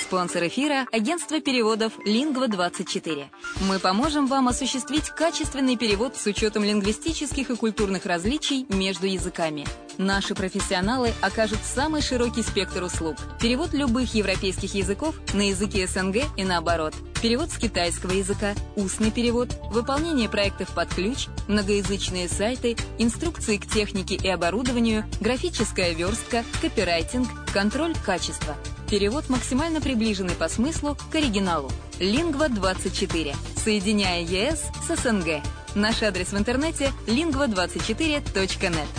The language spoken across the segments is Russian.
Спонсор эфира – агентство переводов Lingva24. Мы поможем вам осуществить качественный перевод с учетом лингвистических и культурных различий между языками. Наши профессионалы окажут самый широкий спектр услуг. Перевод любых европейских языков на языки СНГ и наоборот. Перевод с китайского языка, устный перевод, выполнение проектов под ключ, многоязычные сайты, инструкции к технике и оборудованию, графическая верстка, копирайтинг, контроль качества. Перевод максимально приближенный по смыслу к оригиналу. Lingva24. Соединяя ЕС с СНГ. Наш адрес в интернете lingva24.net.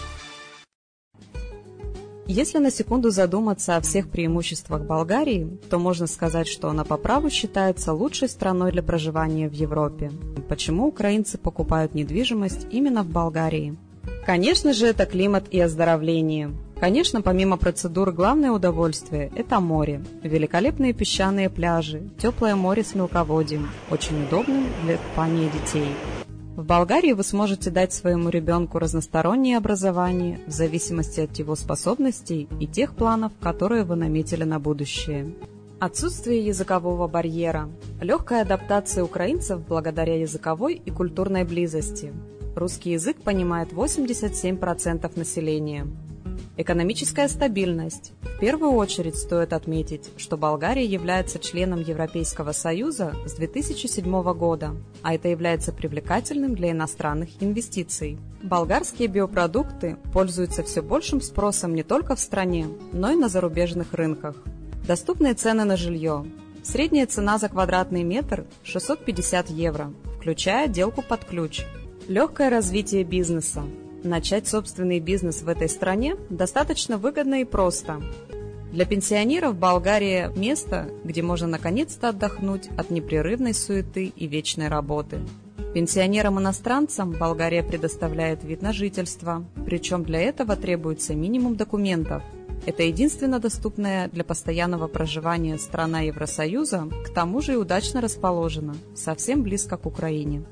Если на секунду задуматься о всех преимуществах Болгарии, то можно сказать, что она по праву считается лучшей страной для проживания в Европе. Почему украинцы покупают недвижимость именно в Болгарии? Конечно же, это климат и оздоровление. Конечно, помимо процедур, главное удовольствие – это море. Великолепные песчаные пляжи, теплое море с мелководьем, очень удобным для купания детей. В Болгарии вы сможете дать своему ребенку разностороннее образование в зависимости от его способностей и тех планов, которые вы наметили на будущее. Отсутствие языкового барьера, легкая адаптация украинцев благодаря языковой и культурной близости. Русский язык понимает 87% населения. Экономическая стабильность. В первую очередь стоит отметить, что Болгария является членом Европейского Союза с 2007 года, а это является привлекательным для иностранных инвестиций. Болгарские биопродукты пользуются все большим спросом не только в стране, но и на зарубежных рынках. Доступные цены на жилье. Средняя цена за квадратный метр – 650 евро, включая отделку под ключ. Легкое развитие бизнеса. Начать собственный бизнес в этой стране достаточно выгодно и просто. Для пенсионеров Болгария – место, где можно наконец-то отдохнуть от непрерывной суеты и вечной работы. Пенсионерам-иностранцам Болгария предоставляет вид на жительство, причем для этого требуется минимум документов. Это единственно доступная для постоянного проживания страна Евросоюза, к тому же и удачно расположена, совсем близко к Украине.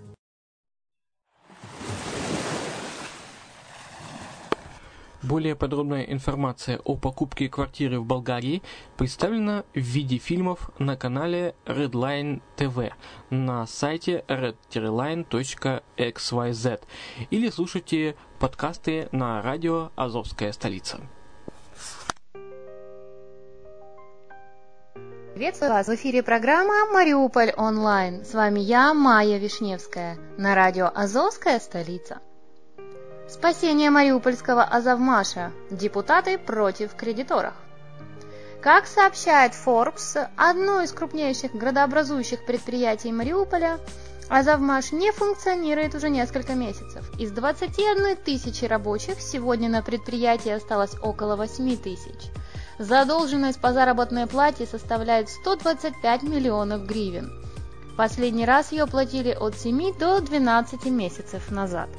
Более подробная информация о покупке квартиры в Болгарии представлена в виде фильмов на канале Redline TV на сайте red-line.xyz или слушайте подкасты на радио «Азовская столица». Приветствую вас! В эфире программа «Мариуполь онлайн». С вами я, Майя Вишневская, на радио «Азовская столица». Спасение мариупольского Азовмаша. Депутаты против кредиторов. Как сообщает Forbes, одно из крупнейших градообразующих предприятий Мариуполя, Азовмаш не функционирует уже несколько месяцев. Из 21 тысячи рабочих сегодня на предприятии осталось около 8 тысяч. Задолженность по заработной плате составляет 125 миллионов гривен. Последний раз ее платили от 7 до 12 месяцев назад.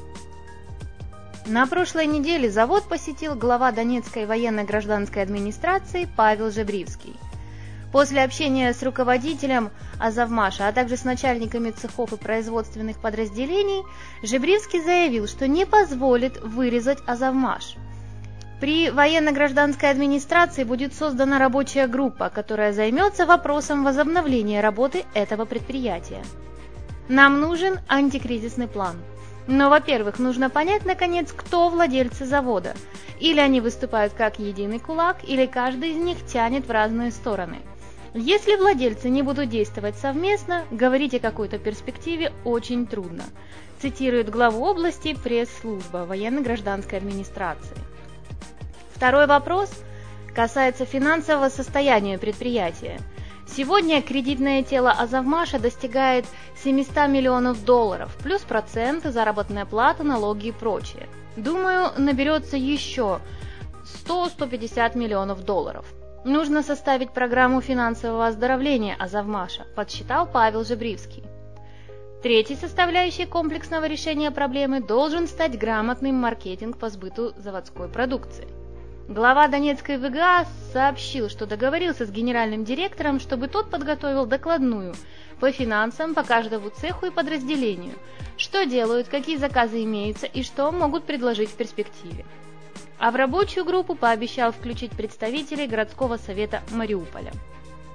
На прошлой неделе завод посетил глава Донецкой военно-гражданской администрации Павел Жебривский. После общения с руководителем Азовмаша, а также с начальниками цехов и производственных подразделений, Жебривский заявил, что не позволит вырезать Азовмаш. При военно-гражданской администрации будет создана рабочая группа, которая займется вопросом возобновления работы этого предприятия. Нам нужен антикризисный план. Но, во-первых, нужно понять, наконец, кто владельцы завода. Или они выступают как единый кулак, или каждый из них тянет в разные стороны. Если владельцы не будут действовать совместно, говорить о какой-то перспективе очень трудно, цитирует главу области пресс-служба военно-гражданской администрации. Второй вопрос касается финансового состояния предприятия. Сегодня кредитное тело Азовмаша достигает 700 миллионов долларов, плюс проценты, заработная плата, налоги и прочее. Думаю, наберется еще 100-150 миллионов долларов. Нужно составить программу финансового оздоровления Азовмаша, подсчитал Павел Жебривский. Третьей составляющей комплексного решения проблемы должен стать грамотный маркетинг по сбыту заводской продукции. Глава Донецкой ВГА сообщил, что договорился с генеральным директором, чтобы тот подготовил докладную по финансам по каждому цеху и подразделению, что делают, какие заказы имеются и что могут предложить в перспективе. А в рабочую группу пообещал включить представителей городского совета Мариуполя.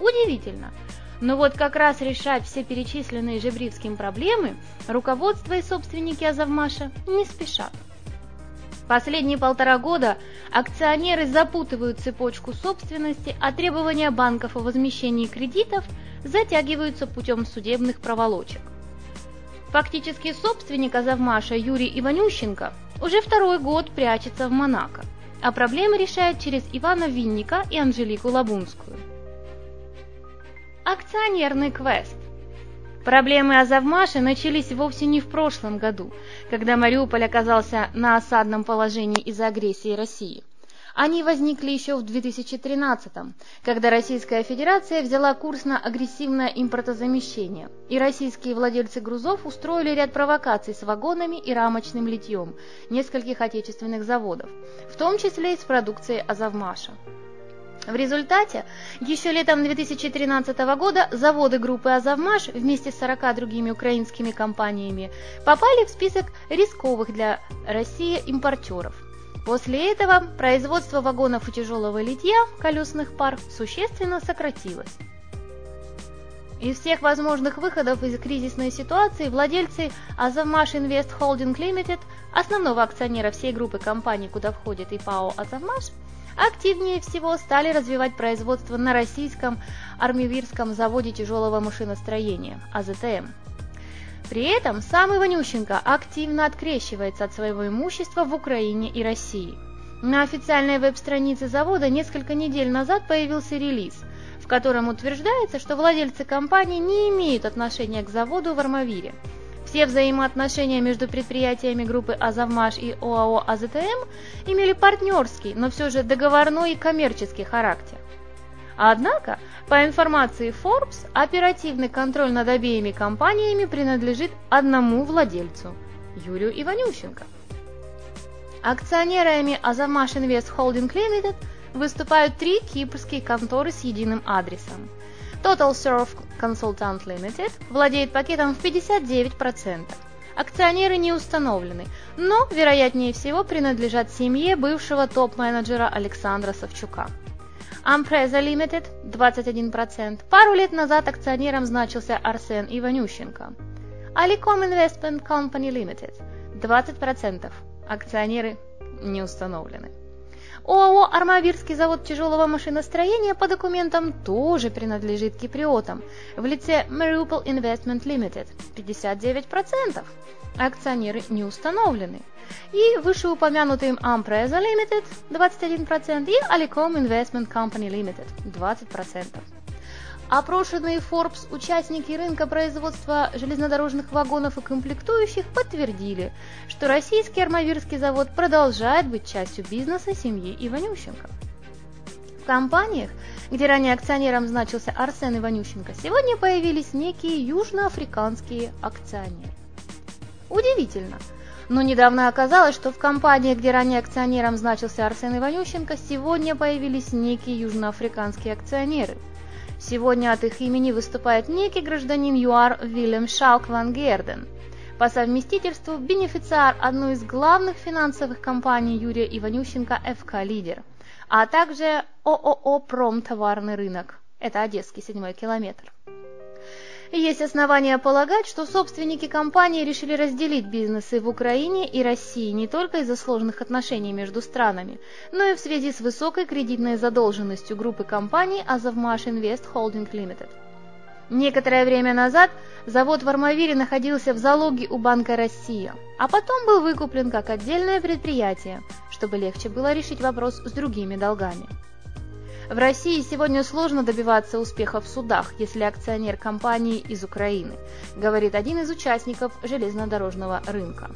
Удивительно. Но вот как раз решать все перечисленные Жебривским проблемы руководство и собственники Азовмаша не спешат. Последние 1,5 года акционеры запутывают цепочку собственности, а требования банков о возмещении кредитов затягиваются путем судебных проволочек. Фактически собственник Азовмаша Юрий Иванющенко уже 2-й год прячется в Монако, а проблемы решает через Ивана Винника и Анжелику Лабунскую. Акционерный квест. Проблемы Азовмаша начались вовсе не в прошлом году, когда Мариуполь оказался на осадном положении из-за агрессии России. Они возникли еще в 2013-м, когда Российская Федерация взяла курс на агрессивное импортозамещение, и российские владельцы грузов устроили ряд провокаций с вагонами и рамочным литьем нескольких отечественных заводов, в том числе и с продукцией Азовмаша. В результате, еще летом 2013 года заводы группы «Азовмаш» вместе с 40 другими украинскими компаниями попали в список рисковых для России импортеров. После этого производство вагонов и тяжелого литья колесных пар существенно сократилось. Из всех возможных выходов из кризисной ситуации владельцы Азовмаш Инвест Холдинг Лимитед, основного акционера всей группы компаний, куда входит и ПАО «Азовмаш», активнее всего стали развивать производство на российском Армавирском заводе тяжелого машиностроения АЗТМ. При этом сам Иванющенко активно открещивается от своего имущества в Украине и России. На официальной веб-странице завода несколько недель назад появился релиз, в котором утверждается, что владельцы компании не имеют отношения к заводу в Армавире. Все взаимоотношения между предприятиями группы Азовмаш и ОАО АЗТМ имели партнерский, но все же договорной и коммерческий характер. Однако, по информации Forbes, оперативный контроль над обеими компаниями принадлежит одному владельцу – Юрию Иванющенко. Акционерами Азовмаш Инвест Холдинг Лимитед выступают 3 кипрские конторы с единым адресом. Total Surf Consultant Limited владеет пакетом в 59%. Акционеры не установлены, но, вероятнее всего, принадлежат семье бывшего топ-менеджера Александра Савчука. Ampresa Limited – 21%. Пару лет назад акционером значился Арсен Иванющенко. Alicom Investment Company Limited – 20%. Акционеры не установлены. ОАО «Армавирский завод тяжелого машиностроения» по документам тоже принадлежит киприотам в лице Mariupol Investment Limited – 59%. Акционеры не установлены. И вышеупомянутым Ampresa Limited – 21% и Alicom Investment Company Limited – 20%. Опрошенные Forbes участники рынка производства железнодорожных вагонов и комплектующих подтвердили, что российский Армавирский завод продолжает быть частью бизнеса семьи Иванющенко. В компаниях, где ранее акционером значился Арсен Иванющенко, сегодня появились некие южноафриканские акционеры. Удивительно, но недавно оказалось, что в компаниях, где ранее акционером значился Арсен Иванющенко, сегодня появились некие южноафриканские акционеры. Сегодня от их имени выступает некий гражданин ЮАР Вильям Шалк ван Герден, по совместительству бенефициар одной из главных финансовых компаний Юрия Иванющенко ФК «Лидер», а также ООО «Промтоварный рынок». Это Одесский 7-й километр. Есть основания полагать, что собственники компании решили разделить бизнесы в Украине и России не только из-за сложных отношений между странами, но и в связи с высокой кредитной задолженностью группы компаний Азовмаш Инвест Холдинг Лимитед. Некоторое время назад завод в Армавире находился в залоге у Банка Россия, а потом был выкуплен как отдельное предприятие, чтобы легче было решить вопрос с другими долгами. В России сегодня сложно добиваться успеха в судах, если акционер компании из Украины, говорит один из участников железнодорожного рынка.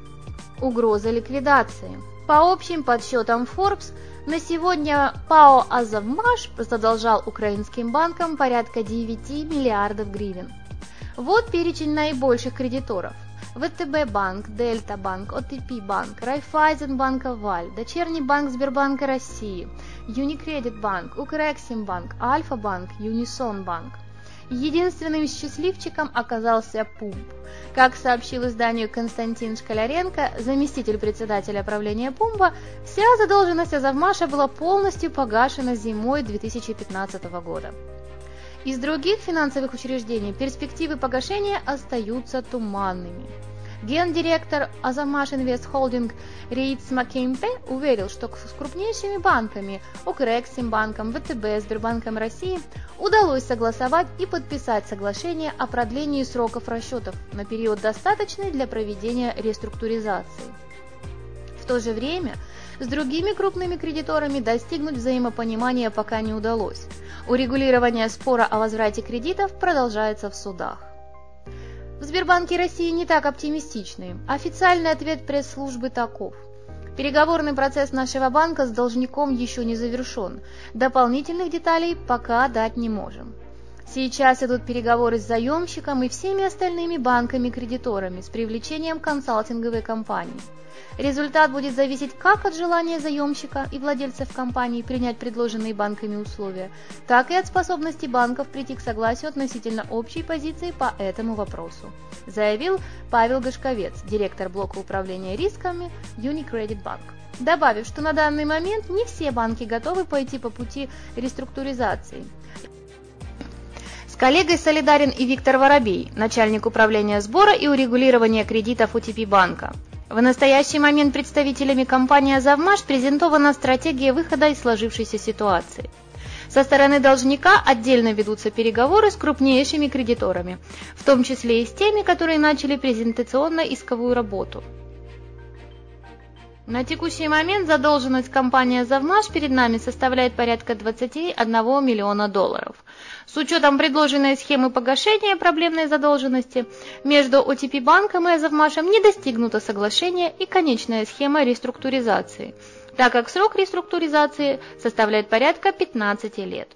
Угроза ликвидации. По общим подсчетам Forbes, на сегодня ПАО «Азовмаш» задолжал украинским банкам порядка 9 миллиардов гривен. Вот перечень наибольших кредиторов. ВТБ банк, Дельта банк, ОТП банк, Райфайзенбанк Аваль, Дочерний банк Сбербанка России, Юникредит банк, Укрексимбанк, Альфа банк, Юнисон банк. Единственным счастливчиком оказался Пумп. Как сообщил изданию Константин Шкаляренко, заместитель председателя правления Пумпа, вся задолженность Азовмаша была полностью погашена зимой 2015 года. Из других финансовых учреждений перспективы погашения остаются туманными. Гендиректор Azovmash Invest Holding Риц Маккемпе уверил, что с крупнейшими банками Укрексимбанком, ВТБ, Сбербанком России удалось согласовать и подписать соглашение о продлении сроков расчетов на период, достаточный для проведения реструктуризации. В то же время с другими крупными кредиторами достигнуть взаимопонимания пока не удалось. Урегулирование спора о возврате кредитов продолжается в судах. В Сбербанке России не так оптимистичны. Официальный ответ пресс-службы таков. Переговорный процесс нашего банка с должником еще не завершен. Дополнительных деталей пока дать не можем. Сейчас идут переговоры с заемщиком и всеми остальными банками-кредиторами с привлечением консалтинговой компании. Результат будет зависеть как от желания заемщика и владельцев компании принять предложенные банками условия, так и от способности банков прийти к согласию относительно общей позиции по этому вопросу, заявил Павел Гашковец, директор блока управления рисками Unicredit Bank, добавив, что на данный момент не все банки готовы пойти по пути реструктуризации. С коллегой солидарен и Виктор Воробей, начальник управления сбора и урегулирования кредитов УТП банка. В настоящий момент представителями компании «Азовмаш» презентована стратегия выхода из сложившейся ситуации. Со стороны должника отдельно ведутся переговоры с крупнейшими кредиторами, в том числе и с теми, которые начали презентационно-исковую работу. На текущий момент задолженность компании «Азовмаш» перед нами составляет порядка 21 миллиона долларов. С учетом предложенной схемы погашения проблемной задолженности между ОТП банком и «Азовмашем» не достигнуто соглашение и конечная схема реструктуризации, так как срок реструктуризации составляет порядка 15 лет.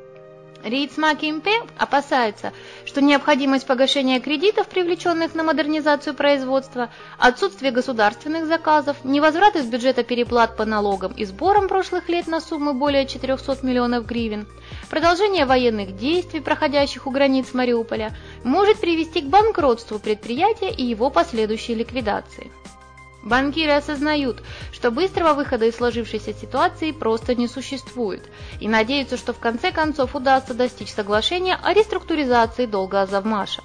Риц Маккемпе опасается, что необходимость погашения кредитов, привлеченных на модернизацию производства, отсутствие государственных заказов, невозврат из бюджета переплат по налогам и сборам прошлых лет на суммы более 400 миллионов гривен, продолжение военных действий, проходящих у границ Мариуполя, может привести к банкротству предприятия и его последующей ликвидации. Банкиры осознают, что быстрого выхода из сложившейся ситуации просто не существует, и надеются, что в конце концов удастся достичь соглашения о реструктуризации долга «Азовмаша».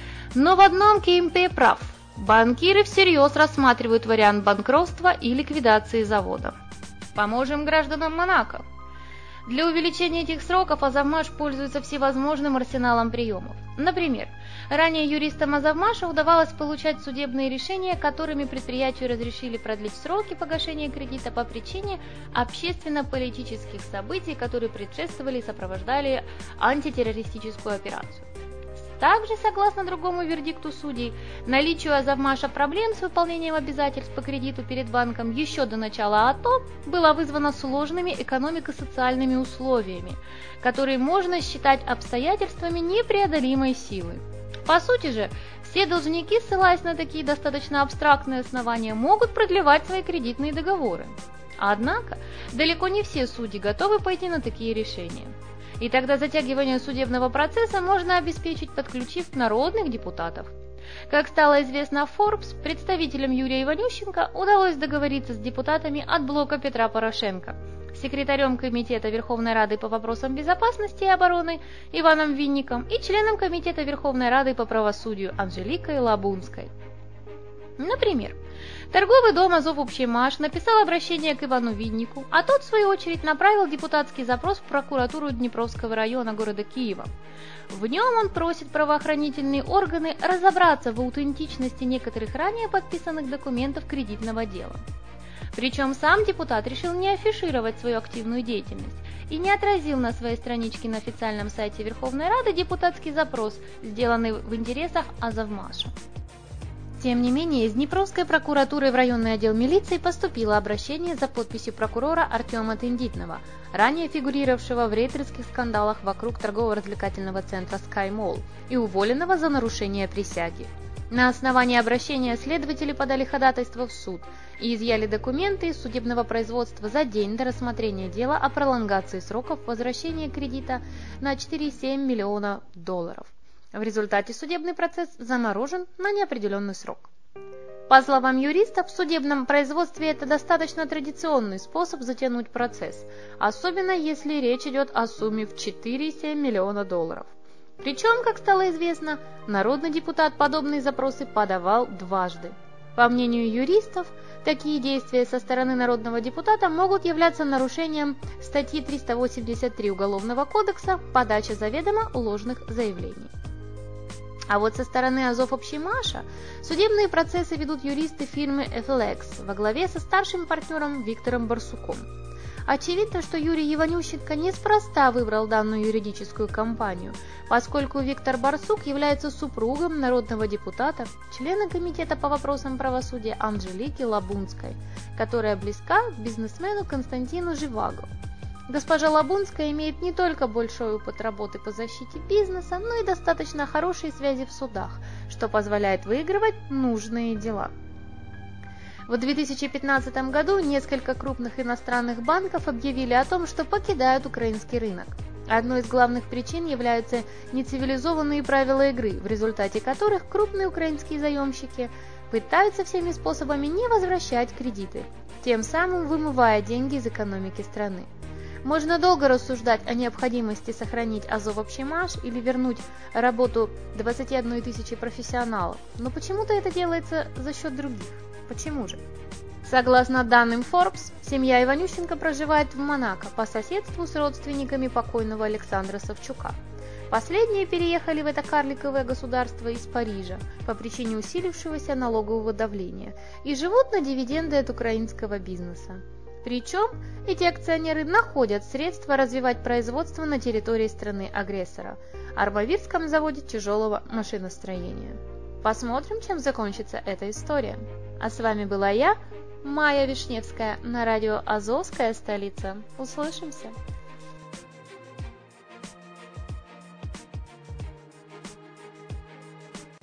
Но в одном КМП прав. Банкиры всерьез рассматривают вариант банкротства и ликвидации завода. Поможем гражданам Монако. Для увеличения этих сроков «Азовмаш» пользуется всевозможным арсеналом приемов. Например, ранее юристам «Азовмаша» удавалось получать судебные решения, которыми предприятию разрешили продлить сроки погашения кредита по причине общественно-политических событий, которые предшествовали и сопровождали антитеррористическую операцию. Также, согласно другому вердикту судей, наличию «Азовмаша» проблем с выполнением обязательств по кредиту перед банком еще до начала АТО было вызвано сложными экономико-социальными условиями, которые можно считать обстоятельствами непреодолимой силы. По сути же, все должники, ссылаясь на такие достаточно абстрактные основания, могут продлевать свои кредитные договоры. Однако, далеко не все судьи готовы пойти на такие решения. И тогда затягивание судебного процесса можно обеспечить, подключив народных депутатов. Как стало известно в Forbes, представителям Юрия Иванющенко удалось договориться с депутатами от блока Петра Порошенко, секретарем Комитета Верховной Рады по вопросам безопасности и обороны Иваном Винником и членом Комитета Верховной Рады по правосудию Анжеликой Лабунской. Например, торговый дом «Азовмаш» написал обращение к Ивану Виннику, а тот, в свою очередь, направил депутатский запрос в прокуратуру Днепровского района города Киева. В нем он просит правоохранительные органы разобраться в аутентичности некоторых ранее подписанных документов кредитного дела. Причем сам депутат решил не афишировать свою активную деятельность и не отразил на своей страничке на официальном сайте Верховной Рады депутатский запрос, сделанный в интересах «Азовмаша». Тем не менее, из Днепровской прокуратуры в районный отдел милиции поступило обращение за подписью прокурора Артема Тендитного, ранее фигурировавшего в рейдерских скандалах вокруг торгово-развлекательного центра Sky Mall и уволенного за нарушение присяги. На основании обращения следователи подали ходатайство в суд и изъяли документы из судебного производства за день до рассмотрения дела о пролонгации сроков возвращения кредита на 4,7 миллиона долларов. В результате судебный процесс заморожен на неопределенный срок. По словам юристов, в судебном производстве это достаточно традиционный способ затянуть процесс, особенно если речь идет о сумме в 4,7 миллиона долларов. Причем, как стало известно, народный депутат подобные запросы подавал дважды. По мнению юристов, такие действия со стороны народного депутата могут являться нарушением статьи 383 Уголовного кодекса «Подача заведомо ложных заявлений». А вот со стороны Азовобщмаша судебные процессы ведут юристы фирмы FLX во главе со старшим партнером Виктором Барсуком. Очевидно, что Юрий Иванющенко неспроста выбрал данную юридическую компанию, поскольку Виктор Барсук является супругом народного депутата, члена Комитета по вопросам правосудия Анжелики Лабунской, которая близка к бизнесмену Константину Живаго. Госпожа Лабунская имеет не только большой опыт работы по защите бизнеса, но и достаточно хорошие связи в судах, что позволяет выигрывать нужные дела. В 2015 году несколько крупных иностранных банков объявили о том, что покидают украинский рынок. Одной из главных причин являются нецивилизованные правила игры, в результате которых крупные украинские заемщики пытаются всеми способами не возвращать кредиты, тем самым вымывая деньги из экономики страны. Можно долго рассуждать о необходимости сохранить Азовобщмаш или вернуть работу 21 тысячи профессионалов, но почему-то это делается за счет других. Почему же? Согласно данным Forbes, семья Иванющенко проживает в Монако по соседству с родственниками покойного Александра Савчука. Последние переехали в это карликовое государство из Парижа по причине усилившегося налогового давления и живут на дивиденды от украинского бизнеса. Причем эти акционеры находят средства развивать производство на территории страны-агрессора – Армавирском заводе тяжелого машиностроения. Посмотрим, чем закончится эта история. А с вами была я, Майя Вишневская, на радио «Азовская столица». Услышимся!